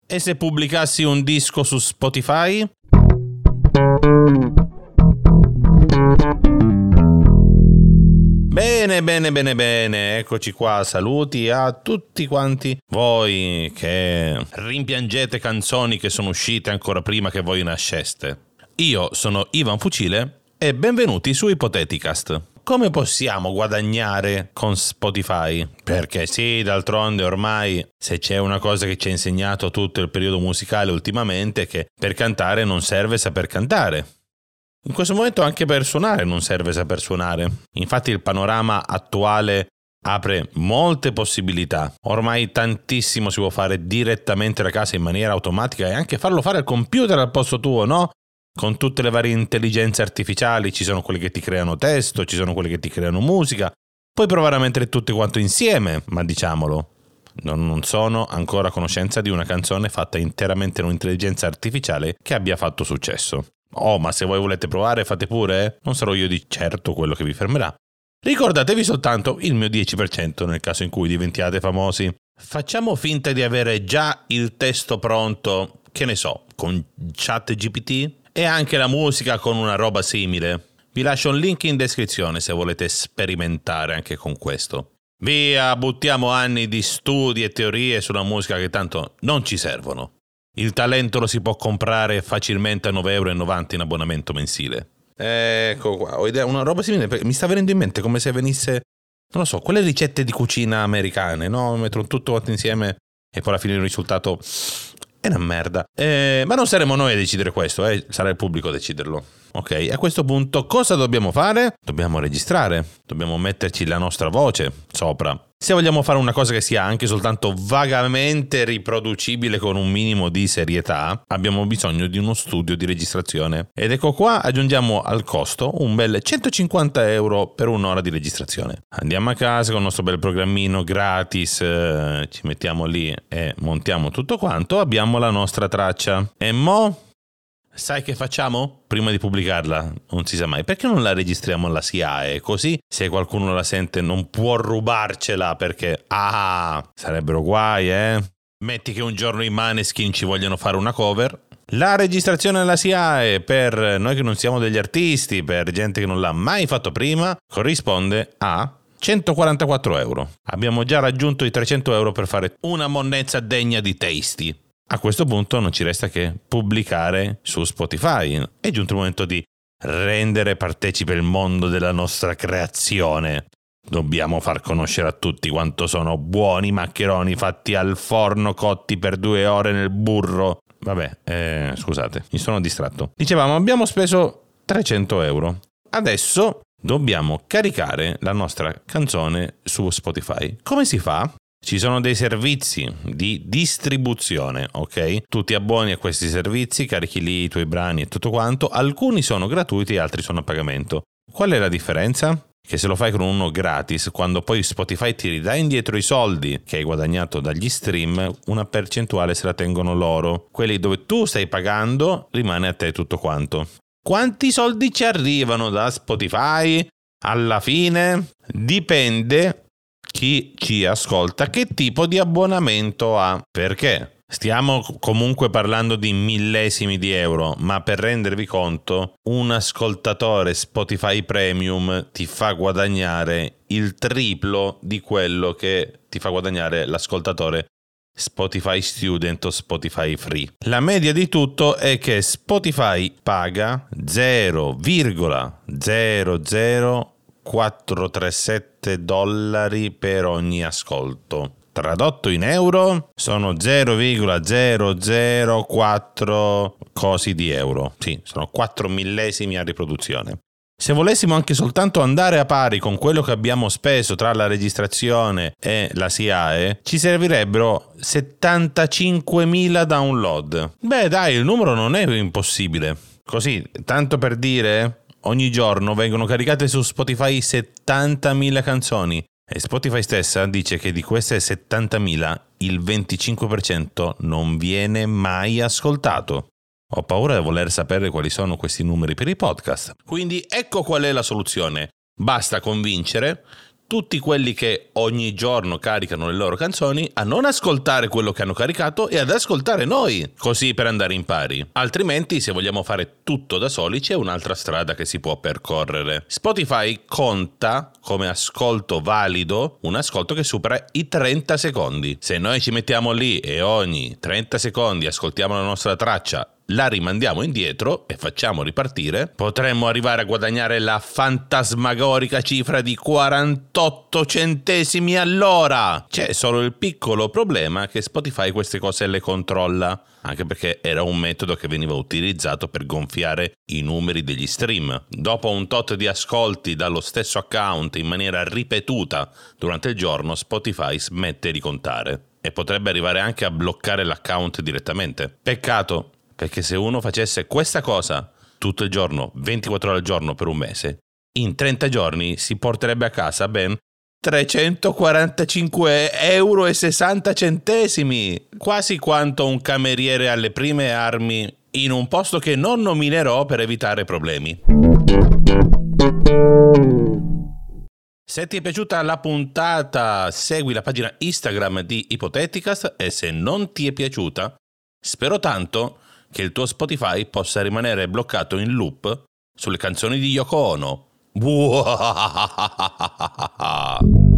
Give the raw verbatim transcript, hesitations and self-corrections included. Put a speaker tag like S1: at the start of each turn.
S1: E se pubblicassi un disco su Spotify? Bene, bene, bene, bene, eccoci qua, saluti a tutti quanti voi che rimpiangete canzoni che sono uscite ancora prima che voi nasceste. Io sono Ivan Fucile e benvenuti su Ipoteticast. Come possiamo guadagnare con Spotify? Perché sì, d'altronde ormai se c'è una cosa che ci ha insegnato tutto il periodo musicale ultimamente è che per cantare non serve saper cantare. In questo momento anche per suonare non serve saper suonare. Infatti il panorama attuale apre molte possibilità. Ormai tantissimo si può fare direttamente da casa in maniera automatica e anche farlo fare al computer al posto tuo, no? Con tutte le varie intelligenze artificiali, ci sono quelli che ti creano testo, ci sono quelli che ti creano musica. Puoi provare a mettere tutte quanto insieme, ma diciamolo, non, non sono ancora a conoscenza di una canzone fatta interamente da un'intelligenza artificiale che abbia fatto successo. Oh, ma se voi volete provare, fate pure, eh? Non sarò io di certo quello che vi fermerà. Ricordatevi soltanto il mio dieci per cento nel caso in cui diventiate famosi. Facciamo finta di avere già il testo pronto, che ne so, con ChatGPT e anche la musica con una roba simile. Vi lascio un link in descrizione se volete sperimentare anche con questo. Via, buttiamo anni di studi e teorie sulla musica che tanto non ci servono. Il talento lo si può comprare facilmente a nove virgola novanta euro in abbonamento mensile. Ecco qua, ho idea, una roba simile, mi sta venendo in mente come se venisse, non lo so, quelle ricette di cucina americane, no? Mettono tutto quanto insieme e poi alla fine il risultato è una merda. Eh, ma non saremo noi a decidere questo, eh? Sarà il pubblico a deciderlo. Ok, a questo punto cosa dobbiamo fare? Dobbiamo registrare, dobbiamo metterci la nostra voce sopra. Se vogliamo fare una cosa che sia anche soltanto vagamente riproducibile con un minimo di serietà, abbiamo bisogno di uno studio di registrazione. Ed ecco qua aggiungiamo al costo un bel centocinquanta euro per un'ora di registrazione. Andiamo a casa con il nostro bel programmino gratis, eh, ci mettiamo lì e montiamo tutto quanto, abbiamo la nostra traccia. E mo'? Sai che facciamo? Prima di pubblicarla, non si sa mai, perché non la registriamo alla S I A E? Così se qualcuno la sente non può rubarcela perché, ah, sarebbero guai, eh? Metti che un giorno i Maneskin ci vogliono fare una cover. La registrazione alla S I A E per noi che non siamo degli artisti, per gente che non l'ha mai fatto prima, corrisponde a centoquarantaquattro euro. Abbiamo già raggiunto i trecento euro per fare una monnezza degna di Tasty. A questo punto non ci resta che pubblicare su Spotify. È giunto il momento di rendere partecipe il mondo della nostra creazione. Dobbiamo far conoscere a tutti quanto sono buoni maccheroni fatti al forno, cotti per due ore nel burro. Vabbè, eh, scusate, mi sono distratto. Dicevamo, abbiamo speso trecento euro. Adesso dobbiamo caricare la nostra canzone su Spotify. Come si fa? Ci sono dei servizi di distribuzione, ok? Tu ti abboni a questi servizi, carichi lì i tuoi brani e tutto quanto. Alcuni sono gratuiti e altri sono a pagamento. Qual è la differenza? Che se lo fai con uno gratis, quando poi Spotify ti ridà indietro i soldi che hai guadagnato dagli stream, una percentuale se la tengono loro. Quelli dove tu stai pagando, rimane a te tutto quanto. Quanti soldi ci arrivano da Spotify? Alla fine dipende chi ci ascolta, che tipo di abbonamento ha. Perché? Stiamo comunque parlando di millesimi di euro, ma per rendervi conto, un ascoltatore Spotify Premium ti fa guadagnare il triplo di quello che ti fa guadagnare l'ascoltatore Spotify Student o Spotify Free. La media di tutto è che Spotify paga zero virgola zero zero quattrocentotrentasette dollari per ogni ascolto. Tradotto in euro sono zero virgola zero zero quattro cosi di euro. Sì, sono quattro millesimi a riproduzione. Se volessimo anche soltanto andare a pari con quello che abbiamo speso tra la registrazione e la S I A E, ci servirebbero settantacinquemila download. Beh dai, il numero non è impossibile. Così, tanto per dire, ogni giorno vengono caricate su Spotify settantamila canzoni e Spotify stessa dice che di queste settantamila il venticinque per cento non viene mai ascoltato. Ho paura di voler sapere quali sono questi numeri per i podcast. Quindi ecco qual è la soluzione. Basta convincere tutti quelli che ogni giorno caricano le loro canzoni a non ascoltare quello che hanno caricato e ad ascoltare noi, così per andare in pari. Altrimenti, se vogliamo fare tutto da soli, c'è un'altra strada che si può percorrere. Spotify conta come ascolto valido un ascolto che supera i trenta secondi. Se noi ci mettiamo lì e ogni trenta secondi ascoltiamo la nostra traccia, la rimandiamo indietro e facciamo ripartire, potremmo arrivare a guadagnare la fantasmagorica cifra di quarantotto centesimi all'ora. C'è solo il piccolo problema che Spotify queste cose le controlla, anche perché era un metodo che veniva utilizzato per gonfiare i numeri degli stream. Dopo un tot di ascolti dallo stesso account in maniera ripetuta durante il giorno, Spotify smette di contare e potrebbe arrivare anche a bloccare l'account direttamente. Peccato, perché se uno facesse questa cosa tutto il giorno, ventiquattro ore al giorno per un mese, in trenta giorni si porterebbe a casa ben trecentoquarantacinque euro e sessanta centesimi, quasi quanto un cameriere alle prime armi in un posto che non nominerò per evitare problemi. Se ti è piaciuta la puntata, segui la pagina Instagram di Ipoteticast, e se non ti è piaciuta, spero tanto che il tuo Spotify possa rimanere bloccato in loop sulle canzoni di Yoko Ono.